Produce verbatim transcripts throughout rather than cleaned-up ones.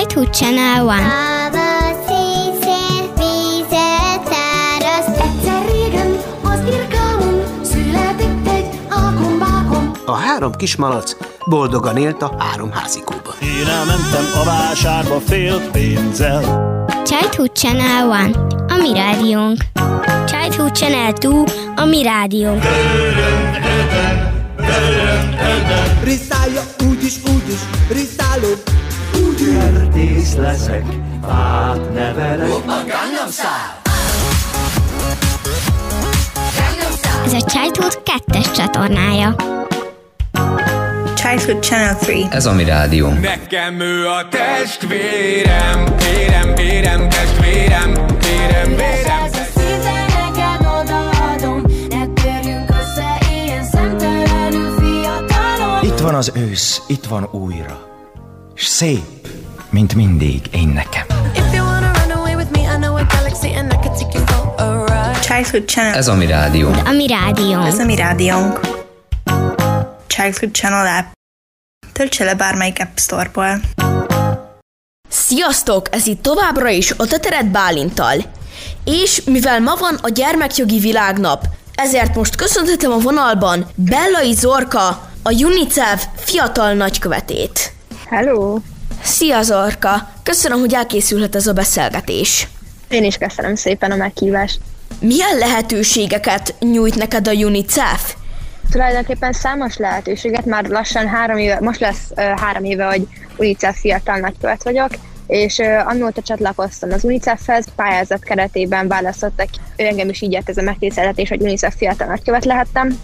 Childhood Channel One. A három kismalac boldogan élt a három házikóban. Én elmentem a vásárba fél pénzzel. Childhood Channel One, a mi rádiónk. Childhood Channel Two, a mi rádiónk. Riszálja úgyis, úgyis, riszáló, úgyis. Kertész leszek, fát nevelek. Ez a Childhood kettes csatornája. Childhood Channel Three. Ez a mi rádió. Nekem ő a testvérem, vérem, vérem, testvérem, vérem, vérem. Ez a szíve neked odaadom, ne törjünk össze ilyen szemtelenül fiatalon. Itt van az ősz, itt van újra, s szép, mint mindig én nekem. Childhood Channel. Ez a mi rádió. A mi rádiónk. Ez a mi rádiónk. Childhood Channel app. Töltse le bármelyik App Store-ból. Sziasztok! Ez itt továbbra is a Teteret Bálinttal. És mivel ma van a gyermekjogi világnap, ezért most köszönhetem a vonalban Bellai Zorka, a UNICEF fiatal nagykövetét. Hello! Szia Zorka! Köszönöm, hogy elkészülhet ez a beszélgetés. Én is köszönöm szépen a meghívást. Milyen lehetőségeket nyújt neked a UNICEF? Tulajdonképpen számos lehetőséget, már lassan három éve, most lesz uh, három éve, hogy UNICEF fiatal nagykövet vagyok, és uh, amióta csatlakoztam az UNICEF-hez, pályázat keretében választottak, engem is így jött ez a megtiszteltetés, hogy UNICEF fiatal nagykövet lehettem,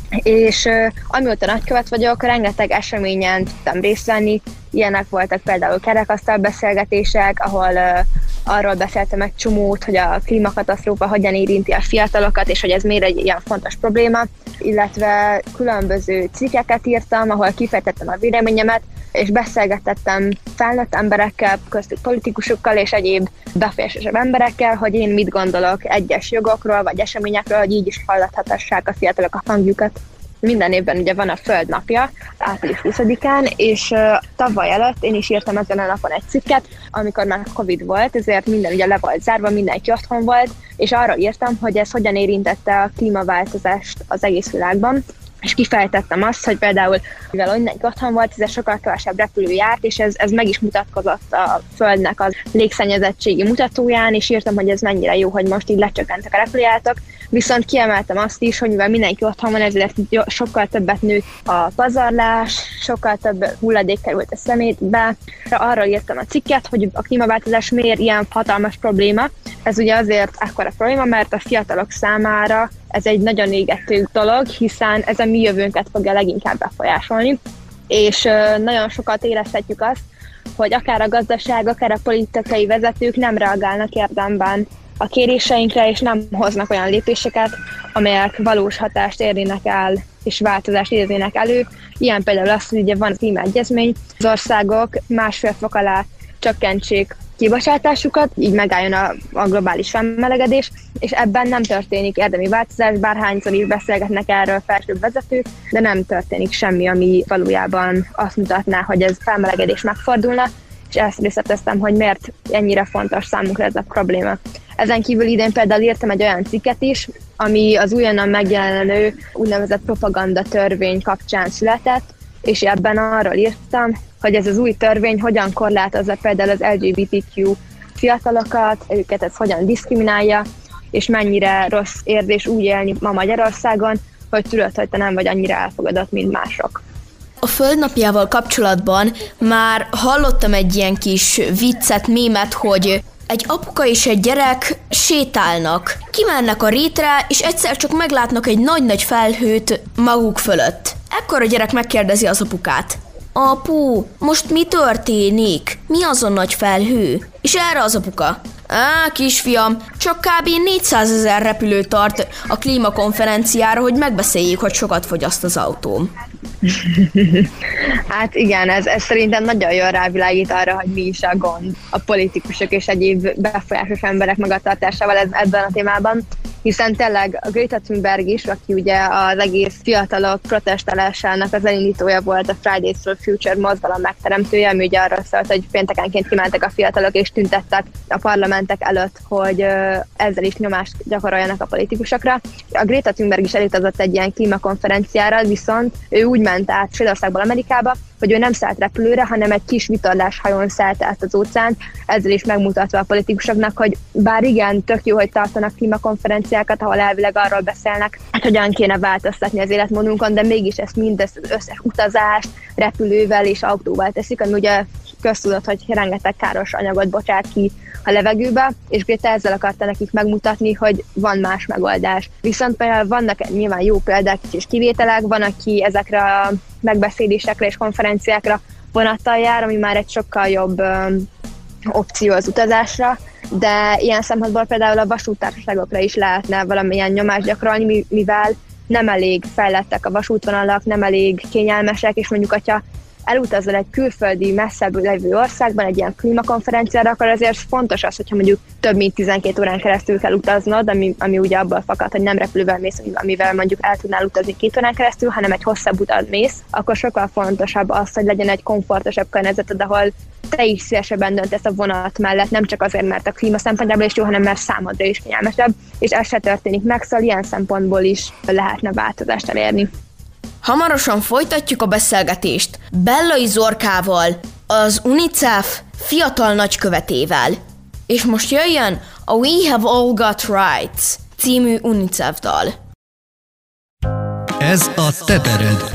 és uh, amióta nagykövet vagyok, rengeteg eseményen tudtam részt venni, ilyenek voltak például kerekasztal beszélgetések, ahol uh, arról beszéltem egy csomót, hogy a klímakatasztrófa hogyan érinti a fiatalokat, és hogy ez miért egy ilyen fontos probléma, illetve különböző cikkeket írtam, ahol kifejtettem a véleményemet, és beszélgettem felnőtt emberekkel, köztük politikusokkal és egyéb befolyásosabb emberekkel, hogy én mit gondolok egyes jogokról vagy eseményekről, hogy így is hallathassák a fiatalok a hangjukat. Minden évben ugye van a Föld napja, április huszadikán, és uh, tavaly előtt én is írtam ezen a napon egy cikket, amikor már Covid volt, ezért minden ugye le volt zárva, mindenki otthon volt, és arra írtam, hogy ez hogyan érintette a klímaváltozást az egész világban, és kifejtettem azt, hogy például, mivel mindenki otthon volt, ezzel sokkal kevesebb repülő járt, és ez, ez meg is mutatkozott a Földnek a légszennyezettségi mutatóján, és írtam, hogy ez mennyire jó, hogy most így lecsökkentek a repülőjáratok, viszont kiemeltem azt is, hogy mivel mindenki otthon van, ezért sokkal többet nőtt a pazarlás, sokkal több hulladék került a szemétbe. Arról írtam a cikket, hogy a klímaváltozás miért ilyen hatalmas probléma. Ez ugye azért ekkora probléma, mert a fiatalok számára ez egy nagyon égető dolog, hiszen ez a mi jövőnket fogja leginkább befolyásolni, és nagyon sokat érezhetjük azt, hogy akár a gazdaság, akár a politikai vezetők nem reagálnak érdemben a kéréseinkre, és nem hoznak olyan lépéseket, amelyek valós hatást érnének el, és változást érnének elő. Ilyen például az, hogy ugye van a klímaegyezmény, az országok másfél fok alá csökkentsék kibocsátásukat, így megálljon a, a globális felmelegedés, és ebben nem történik érdemi változás, bárhányszor is beszélgetnek erről felsőbb vezetők, de nem történik semmi, ami valójában azt mutatná, hogy ez felmelegedés megfordulna, és ezt részleteztem, hogy miért ennyire fontos számunkra ez a probléma. Ezen kívül idén például írtam egy olyan cikket is, ami az újonnan megjelenő úgynevezett propaganda törvény kapcsán született, és ebben arról írtam, hogy ez az új törvény hogyan korlátozza például az el gé bé té kú fiatalokat, őket ez hogyan diszkriminálja, és mennyire rossz érzés úgy élni ma Magyarországon, hogy tudod, hogy te nem vagy annyira elfogadott, mint mások. A Földnapjával kapcsolatban már hallottam egy ilyen kis viccet, mémet, hogy egy apuka és egy gyerek sétálnak, kimennek a rétre, és egyszer csak meglátnak egy nagy-nagy felhőt maguk fölött. Ekkor a gyerek megkérdezi az apukát: apu, most mi történik? Mi az a nagy felhő? És erre az apuka: á, kisfiam, csak kb. négyszázezer repülő tart a klímakonferenciára, hogy megbeszéljék, hogy sokat fogyaszt az autóm. Hát igen, ez, ez szerintem nagyon jól rávilágít arra, hogy mi is a gond a politikusok és egyéb befolyásos emberek magatartásával ez, ebben a témában. hiszen tényleg a Greta Thunberg is, aki ugye az egész fiatalok protestálásának az elindítója volt, a Fridays for Future mozgalom megteremtője, ami ugye arról szólt, hogy péntekenként kimentek a fiatalok és tüntettek a parlamentek előtt, hogy ezzel is nyomást gyakoroljanak a politikusokra. A Greta Thunberg is elutazott egy ilyen klímakonferenciára, viszont ő úgy ment át Svédországból Amerikába, hogy ő nem szállt repülőre, hanem egy kis vitorláshajón szállt át az óceánt, ezzel is megmutatva a politikusoknak, hogy bár igen, tök jó, hogy tartanak klímakonferenciákat, ahol elvileg arról beszélnek, hogy hogyan kéne változtatni az életmódunkon, de mégis ezt mindezt az összes utazást repülővel és autóval teszik, ami ugye köztudott, hogy rengeteg káros anyagot bocsát ki a levegőbe, és Greta ezzel akarta nekik megmutatni, hogy van más megoldás. Viszont például vannak nyilván jó példák és kivételek, van, aki ezekre a megbeszélésekre és konferenciákra vonattal jár, ami már egy sokkal jobb um, opció az utazásra, de ilyen szempontból például a vasúttársaságokra is lehetne valamilyen nyomást gyakorolni, mivel nem elég fejlettek a vasútvonalak, nem elég kényelmesek, és mondjuk, hogyha elutazol egy külföldi, messzebb levő országban egy ilyen klímakonferenciára, akkor azért fontos az, hogyha mondjuk több mint tizenkét órán keresztül kell utaznod, ami, ami ugye abból fakad, hogy nem repülővel mész, amivel mondjuk el tudnál utazni két órán keresztül, hanem egy hosszabb utat mész, akkor sokkal fontosabb az, hogy legyen egy komfortosabb környezeted, ahol te is szívesebben döntesz a vonat mellett, nem csak azért, mert a klíma szempontjából is jó, hanem mert számodra is kényelmesebb, és ez se történik meg, szóval ilyen szempontból is lehetne változást elérni. Hamarosan folytatjuk a beszélgetést Bellai Zorkával, az UNICEF fiatal nagykövetével. És most jöjjön a We Have All Got Rights című UNICEF dal. Ez a te tered.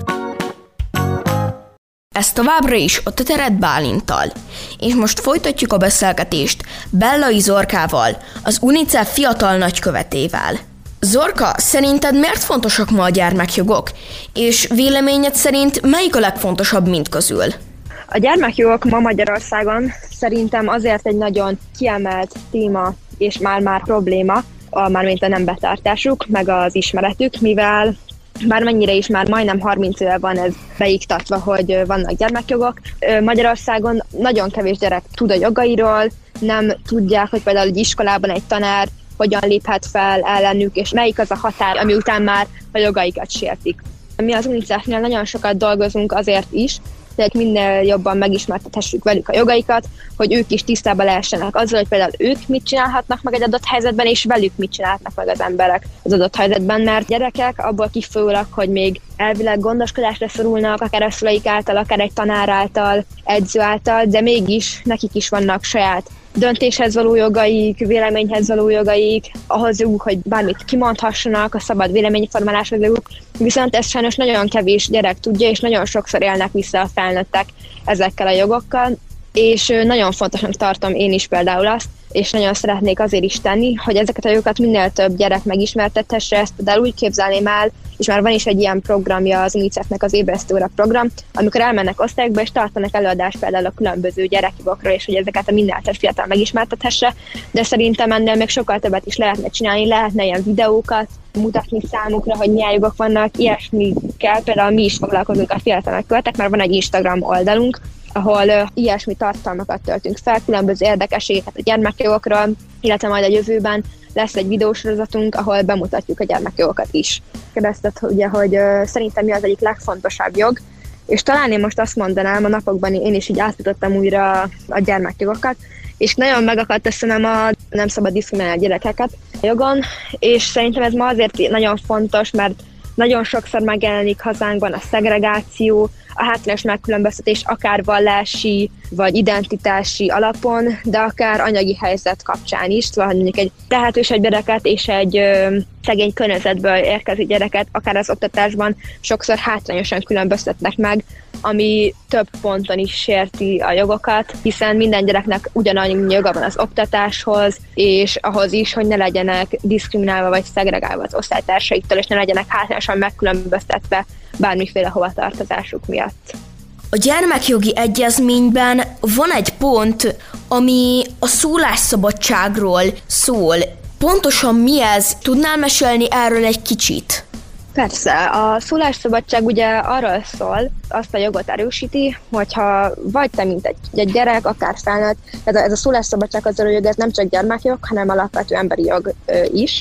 Ez továbbra is a Te tered Bálinttal. És most folytatjuk a beszélgetést Bellai Zorkával, az UNICEF fiatal nagykövetével. Zorka, szerinted miért fontosak ma a gyermekjogok? És véleményed szerint melyik a legfontosabb mindközül? A gyermekjogok ma Magyarországon szerintem azért egy nagyon kiemelt téma és már-már probléma, a, mármint a nem betartásuk, meg az ismeretük, mivel bármennyire is már majdnem harminc éve van ez beiktatva, hogy vannak gyermekjogok. Magyarországon nagyon kevés gyerek tud a jogairól, nem tudják, hogy például egy iskolában egy tanár hogyan léphet fel ellenük, és melyik az a határ, ami után már a jogaikat sértik. Mi az UNICEF-nél nagyon sokat dolgozunk azért is, hogy minél jobban megismertethessük velük a jogaikat, hogy ők is tisztában lehessenek azzal, hogy például ők mit csinálhatnak meg egy adott helyzetben, és velük mit csinálhatnak meg az emberek az adott helyzetben, mert gyerekek abból kifolyólag, hogy még elvileg gondoskodásra szorulnak, akár a szüleik által, akár egy tanár által, edző által, de mégis nekik is vannak saját döntéshez való jogaik, véleményhez való jogaik, ahhoz joguk, hogy bármit kimondhassanak, a szabad véleményformáláshoz joguk, viszont ezt sajnos nagyon kevés gyerek tudja, és nagyon sokszor élnek vissza a felnőttek ezekkel a jogokkal, és nagyon fontosnak tartom én is például azt, és nagyon szeretnék azért is tenni, hogy ezeket a jogokat minél több gyerek megismertethesse, ezt például úgy képzelném el, és már van is egy ilyen programja az UNICEF-nek, az Ébresztő óra program, amikor elmennek osztályokba, és tartanak előadást például a különböző gyerekjogokról, és hogy ezeket a minél több fiatal megismertethesse, de szerintem ennél még sokkal többet is lehetne csinálni, lehetne ilyen videókat mutatni számukra, hogy milyen jogok vannak, ilyesmi kell, például mi is foglalkozunk a fiatal nagykövetek, mert van egy Instagram oldalunk, ahol uh, ilyesmi tartalmakat töltünk fel, különböző érdekességeket a gyermekjogokról, illetve majd a jövőben lesz egy videósorozatunk, ahol bemutatjuk a gyermekjogokat is. Kérdezted, ugye, hogy uh, szerintem mi az egyik legfontosabb jog, és talán én most azt mondanám, a napokban én is így átmutattam újra a gyermekjogokat, és nagyon megakadt a szemem a nem szabad diszkriminálni a gyerekeket a jogon, és szerintem ez ma azért nagyon fontos, mert nagyon sokszor megjelenik hazánkban a szegregáció, a hátrányos megkülönböztetés akár vallási vagy identitási alapon, de akár anyagi helyzet kapcsán is, szóval mondjuk egy tehetősebb gyereket és egy ö, szegény környezetből érkező gyereket akár az oktatásban sokszor hátrányosan különböztetnek meg, ami több ponton is sérti a jogokat, hiszen minden gyereknek ugyanannyi joga van az oktatáshoz, és ahhoz is, hogy ne legyenek diszkriminálva vagy szegregálva az osztálytársaiktól, és ne legyenek hátrányosan megkülönböztetve bármiféle hovatartozásuk miatt. A gyermekjogi egyezményben van egy pont, ami a szólásszabadságról szól. Pontosan mi ez? Tudnál mesélni erről egy kicsit? Persze, a szólásszabadság ugye arról szól, azt a jogot erősíti, hogyha vagy te, mint egy, egy gyerek, akár felnőtt, ez a, ez a szólásszabadság az jog, ez nem csak gyermekjog, hanem alapvető emberi jog ö, is.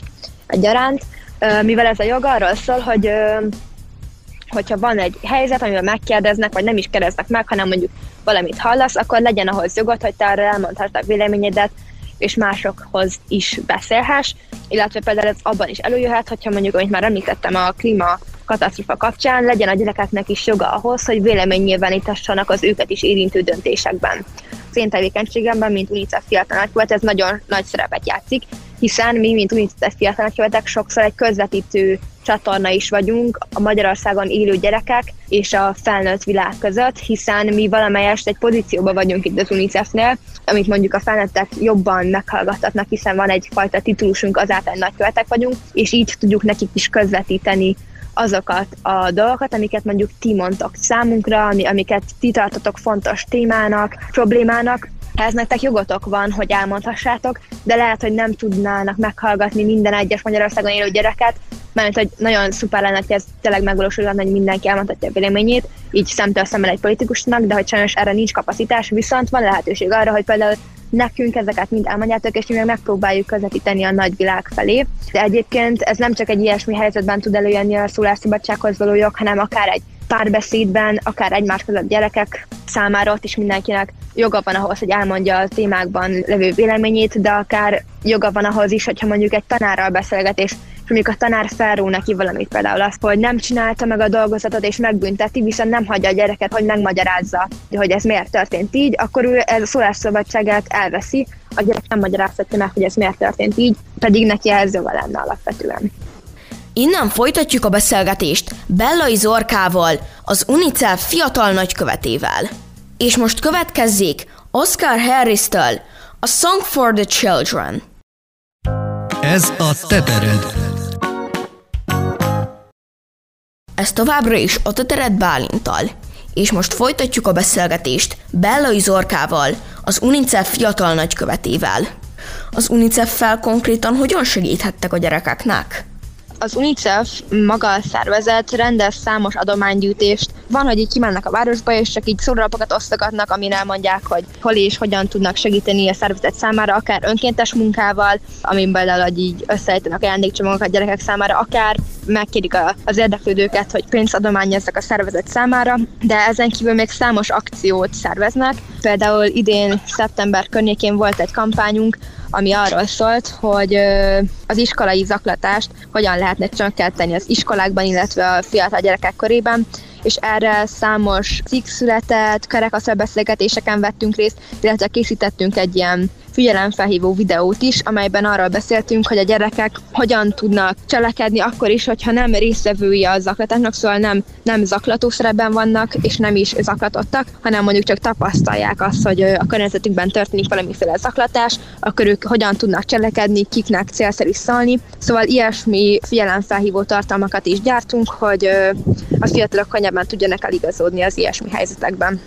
egyaránt, mivel ez a jog arról szól, hogy hogyha van egy helyzet, amivel megkérdeznek, vagy nem is kérdeznek meg, hanem mondjuk valamit hallasz, akkor legyen ahhoz jogod, hogy te arra elmondhatod a véleményedet, és másokhoz is beszélhess, illetve például ez abban is előjöhet, hogyha mondjuk, amit már említettem a klímakatasztrófa kapcsán, legyen a gyerekeknek is joga ahhoz, hogy véleménynyilvánítassanak az őket is érintő döntésekben. Az én tevékenységemben, mint UNICEF fiatal nagykövet, ez nagyon nagy szerepet játszik, hiszen mi, mint UNICEF fiatal nagykövetek, sokszor egy közvetítő csatorna is vagyunk a Magyarországon élő gyerekek és a felnőtt világ között, hiszen mi valamelyest egy pozícióban vagyunk itt az UNICEF-nél, amit mondjuk a felnőttek jobban meghallgattatnak, hiszen van egyfajta titulusunk, azáltal nagykövetek vagyunk, és így tudjuk nekik is közvetíteni azokat a dolgokat, amiket mondjuk ti mondtok számunkra, amiket ti tartotok fontos témának, problémának. Ez nektek jogotok van, hogy elmondhassátok, de lehet, hogy nem tudnának meghallgatni minden egyes Magyarországon élő gyereket, mert hogy nagyon szuper lenne, hogy ez tényleg megvalósulna, hogy mindenki elmondhatja a véleményét, így szemtől szemben egy politikusnak, de hogy sajnos erre nincs kapacitás, viszont van lehetőség arra, hogy például nekünk ezeket mind elmondjátok, és mi meg megpróbáljuk közvetíteni a nagyvilág felé. De egyébként ez nem csak egy ilyesmi helyzetben tud előjönni a szólásszabadsághoz való jog, hanem akár egy párbeszédben, akár egymás között gyerekek számára ott is mindenkinek joga van ahhoz, hogy elmondja a témákban levő véleményét, de akár joga van ahhoz is, hogyha mondjuk egy tanárral beszélgetés, és mondjuk a tanár felró neki valamit, például azt, hogy nem csinálta meg a dolgozatot és megbünteti, viszont nem hagyja a gyereket, hogy megmagyarázza, hogy ez miért történt így, akkor ő ez a szólásszabadságát elveszi, a gyerek nem magyarázhatja meg, hogy ez miért történt így, pedig neki ehhez joga lenne alapvetően. Innen folytatjuk a beszélgetést Bellai Zorkával, az UNICEF fiatal nagykövetével. És most következzék Oscar Harris-től a Song for the Children. Ez a te tered. Ez továbbra is a te tered Bálinttal. És most folytatjuk a beszélgetést Bellai Zorkával, az UNICEF fiatal nagykövetével. Az UNICEF-fel konkrétan hogyan segíthettek a gyerekeknek? Az UNICEF maga a szervezet rendez számos adománygyűjtést. Van, hogy így kimennek a városba, és csak így szórólapokat osztogatnak, amin elmondják, hogy hol és hogyan tudnak segíteni a szervezet számára, akár önkéntes munkával, amin például így összeállítanak ajándékcsomagokat a gyerekek számára, akár megkérik az érdeklődőket, hogy pénzadományozzak a szervezet számára, de ezen kívül még számos akciót szerveznek. Például idén szeptember környékén volt egy kampányunk, ami arról szólt, hogy az iskolai zaklatást hogyan lehetne csökkenteni az iskolákban, illetve a fiatal gyerekek körében, és erre számos cikk született, kerekasztal beszélgetéseken vettünk részt, illetve készítettünk egy ilyen figyelemfelhívó videót is, amelyben arról beszéltünk, hogy a gyerekek hogyan tudnak cselekedni akkor is, hogyha nem résztvevői a zaklatásnak, szóval nem, nem zaklató szerepben vannak, és nem is zaklatottak, hanem mondjuk csak tapasztalják azt, hogy a környezetükben történik valamiféle zaklatás, akkor ők hogyan tudnak cselekedni, kiknek célszerű szólni. Szóval ilyesmi figyelemfelhívó tartalmakat is gyártunk, hogy a fiatalok könnyebben tudjanak eligazodni az ilyesmi helyzetekben.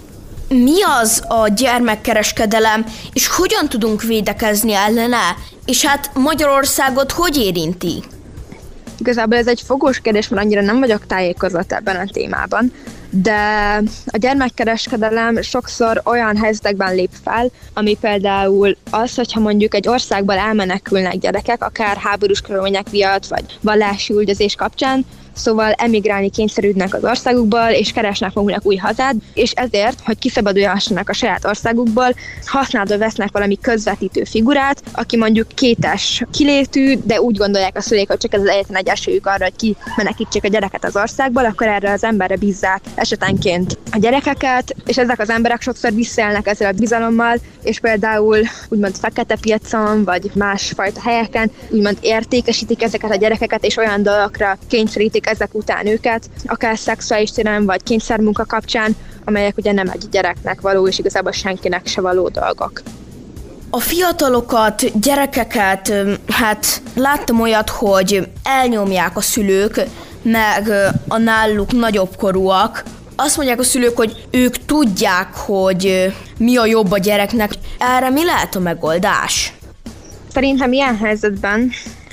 Mi az a gyermekkereskedelem, és hogyan tudunk védekezni ellene? És hát Magyarországot hogy érinti? Igazából ez egy fogós kérdés, mert annyira nem vagyok tájékozott ebben a témában, de a gyermekkereskedelem sokszor olyan helyzetekben lép fel, ami például az, hogyha mondjuk egy országból elmenekülnek gyerekek, akár háborús körülmények miatt, vagy vallási üldözés kapcsán, szóval emigrálni kényszerülnek az országukból, és keresnek maguknak új hazát, és ezért, hogy kiszabadulhassanak a saját országukból, használva vesznek valami közvetítő figurát, aki mondjuk kétes kilétű, de úgy gondolják a szüleik, hogy csak ez az egyetlen egy esélyük arra, hogy kimenekítsék a gyereket az országból, akkor erre az emberre bízzák esetenként a gyerekeket, és ezek az emberek sokszor visszaélnek ezzel a bizalommal, és például úgymond fekete piacon, vagy másfajta helyeken úgymond értékesítik ezeket a gyerekeket, és olyan dolgokra kényszerítik ezek után őket, akár szexuális téren vagy kényszermunka kapcsán, amelyek ugye nem egy gyereknek való, és igazából senkinek se való dolgok. A fiatalokat, gyerekeket, hát láttam olyat, hogy elnyomják a szülők, meg a náluk nagyobb korúak. Azt mondják a szülők, hogy ők tudják, hogy mi a jobb a gyereknek. Erre mi lehet a megoldás? Szerintem ilyen helyzetben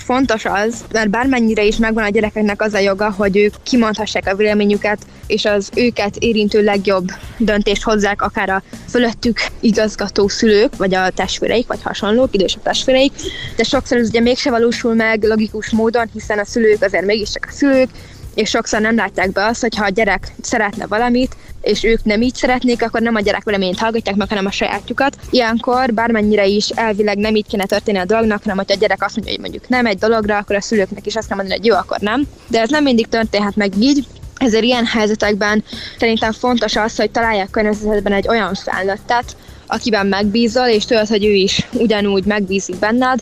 fontos az, mert bármennyire is megvan a gyerekeknek az a joga, hogy ők kimondhassák a véleményüket, és az őket érintő legjobb döntést hozzák, akár a fölöttük igazgató szülők, vagy a testvéreik, vagy hasonlók, idősebb testvéreik, de sokszor ez ugye mégse valósul meg logikus módon, hiszen a szülők azért mégiscsak a szülők, és sokszor nem látják be azt, hogy ha a gyerek szeretne valamit, és ők nem így szeretnék, akkor nem a gyerek véleményét hallgatják meg, hanem a sajátjukat. Ilyenkor bármennyire is elvileg nem így kéne történni a dolognak, hanem hogyha a gyerek azt mondja, hogy mondjuk nem egy dologra, akkor a szülőknek is azt kell mondani, hogy jó, akkor nem. De ez nem mindig történhet meg így, ezért ilyen helyzetekben szerintem fontos az, hogy találják környezetben egy olyan felnőttet, akiben megbízol, és tudod, hogy ő is ugyanúgy megbízik benned,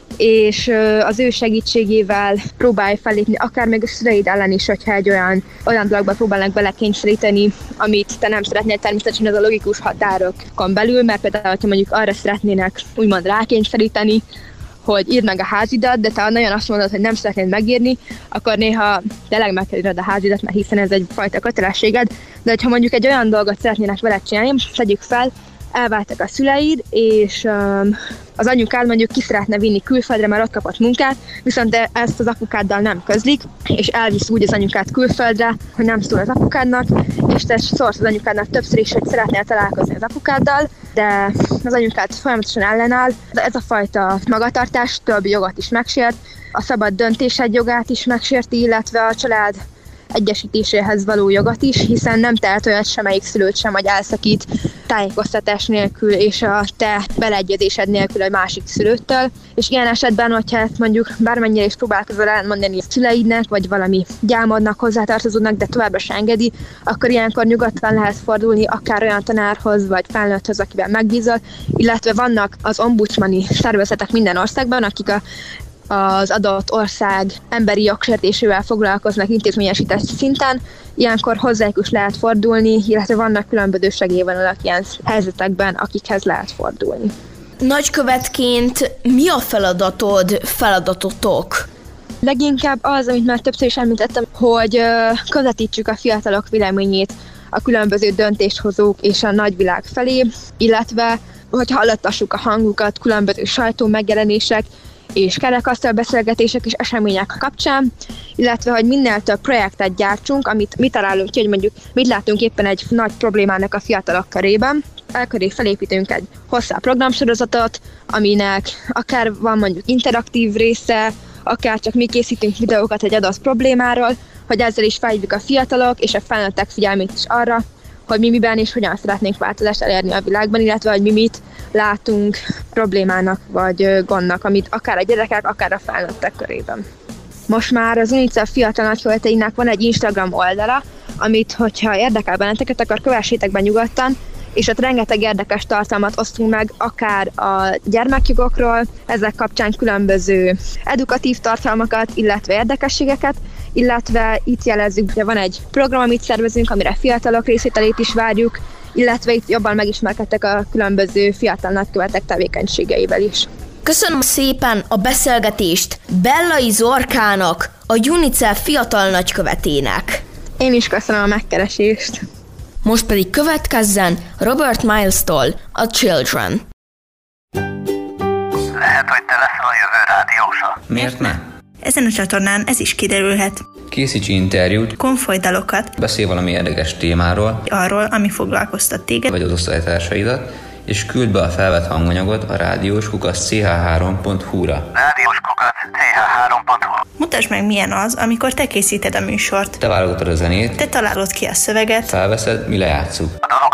és az ő segítségével próbálj felépni, akár még a szüleid ellen is, hogyha egy olyan, olyan dologba próbálnak belekényszeríteni, amit te nem szeretnél, természetesen ez a logikus határokon belül, mert például, hogyha mondjuk arra szeretnének úgymond rákényszeríteni, hogy írd meg a házidat, de te nagyon azt mondod, hogy nem szeretnéd megírni, akkor néha tényleg meg kell írnod a házidat, mert hiszen ez egy fajta kötelességed, de hogyha mondjuk egy olyan dolgot szeretnének veled csinálni, tegyük fel, elváltak a szüleid, és um, az anyukád mondjuk ki szeretne vinni külföldre, mert ott kapott munkát, viszont de ezt az apukáddal nem közlik, és elvisz úgy az anyukát külföldre, hogy nem szól az apukádnak, és te szólsz az anyukádnak többször is, hogy szeretnél találkozni az apukáddal, de az anyukád folyamatosan ellenáll. De ez a fajta magatartás több jogot is megsért, a szabad döntésed jogát is megsérti, illetve a család egyesítéséhez való jogot is, hiszen nem tehet olyat semmelyik szülőt sem, hogy elszakít tájékoztatás nélkül és a te beleegyezésed nélkül egy másik szülőttől. És ilyen esetben, hogyha ezt mondjuk bármennyire is próbálkozol elmondani a szüleidnek, vagy valami gyámodnak, hozzátartozódnak, de továbbra sem engedi, akkor ilyenkor nyugodtan lehet fordulni akár olyan tanárhoz, vagy felnőtthöz, akiben megbízol, illetve vannak az ombudsmani szervezetek minden országban, akik a az adott ország emberi jogsértésével foglalkoznak intézményesített szinten, ilyenkor hozzájuk is lehet fordulni, illetve vannak különböző segélyvonalak ilyen helyzetekben, akikhez lehet fordulni. Nagykövetként mi a feladatod, feladatotok? Leginkább az, amit már többször is említettem, hogy közvetítsük a fiatalok véleményét a különböző döntéshozók és a nagyvilág felé, illetve hogy hallattassuk a hangukat különböző sajtó megjelenések, és kerekasztal beszélgetések és események kapcsán, illetve hogy minél több projektet gyártsunk, amit mi találunk ki, hogy mondjuk mit látunk éppen egy nagy problémának a fiatalok körében. Elköré felépítünk egy hosszabb programsorozatot, aminek akár van mondjuk interaktív része, akár csak mi készítünk videókat egy adott problémáról, hogy ezzel is felhívjuk a fiatalok és a felnőttek figyelmét is arra, hogy mi miben és hogyan szeretnénk változást elérni a világban, illetve hogy mi mit látunk problémának vagy gondnak, amit akár a gyerekek, akár a felnőttek körében. Most már az UNICEF fiatal nagyköveteinek van egy Instagram oldala, amit, hogyha érdekel benneteket, akkor kövessétek be nyugodtan, és ott rengeteg érdekes tartalmat osztunk meg, akár a gyermekjogokról, ezek kapcsán különböző edukatív tartalmakat, illetve érdekességeket, illetve itt jelezzük, hogy van egy program, amit szervezünk, amire fiatalok részvételét is várjuk, illetve itt jobban megismerkedtek a különböző fiatal nagykövetek tevékenységeivel is. Köszönöm szépen a beszélgetést Bellai Zorkának, a UNICEF fiatal nagykövetének. Én is köszönöm a megkeresést. Most pedig következzen Robert Miles-tól a Children. Lehet, hogy te leszel a jövő rádiósa. Miért ne? Ezen a csatornán ez is kiderülhet. Készíts interjút, konfoly dalokat, beszélj valami érdekes témáról, arról, ami foglalkoztat téged, vagy az osztálytársaidat, és küld be a felvett hanganyagot a rádiós kukac c h három pont hu-ra. rádiós kukac c h három pont hu. Mutasd meg, milyen az, amikor te készíted a műsort. Te válogatod a zenét, te találod ki a szöveget, felveszed, mi lejátszuk. A dalok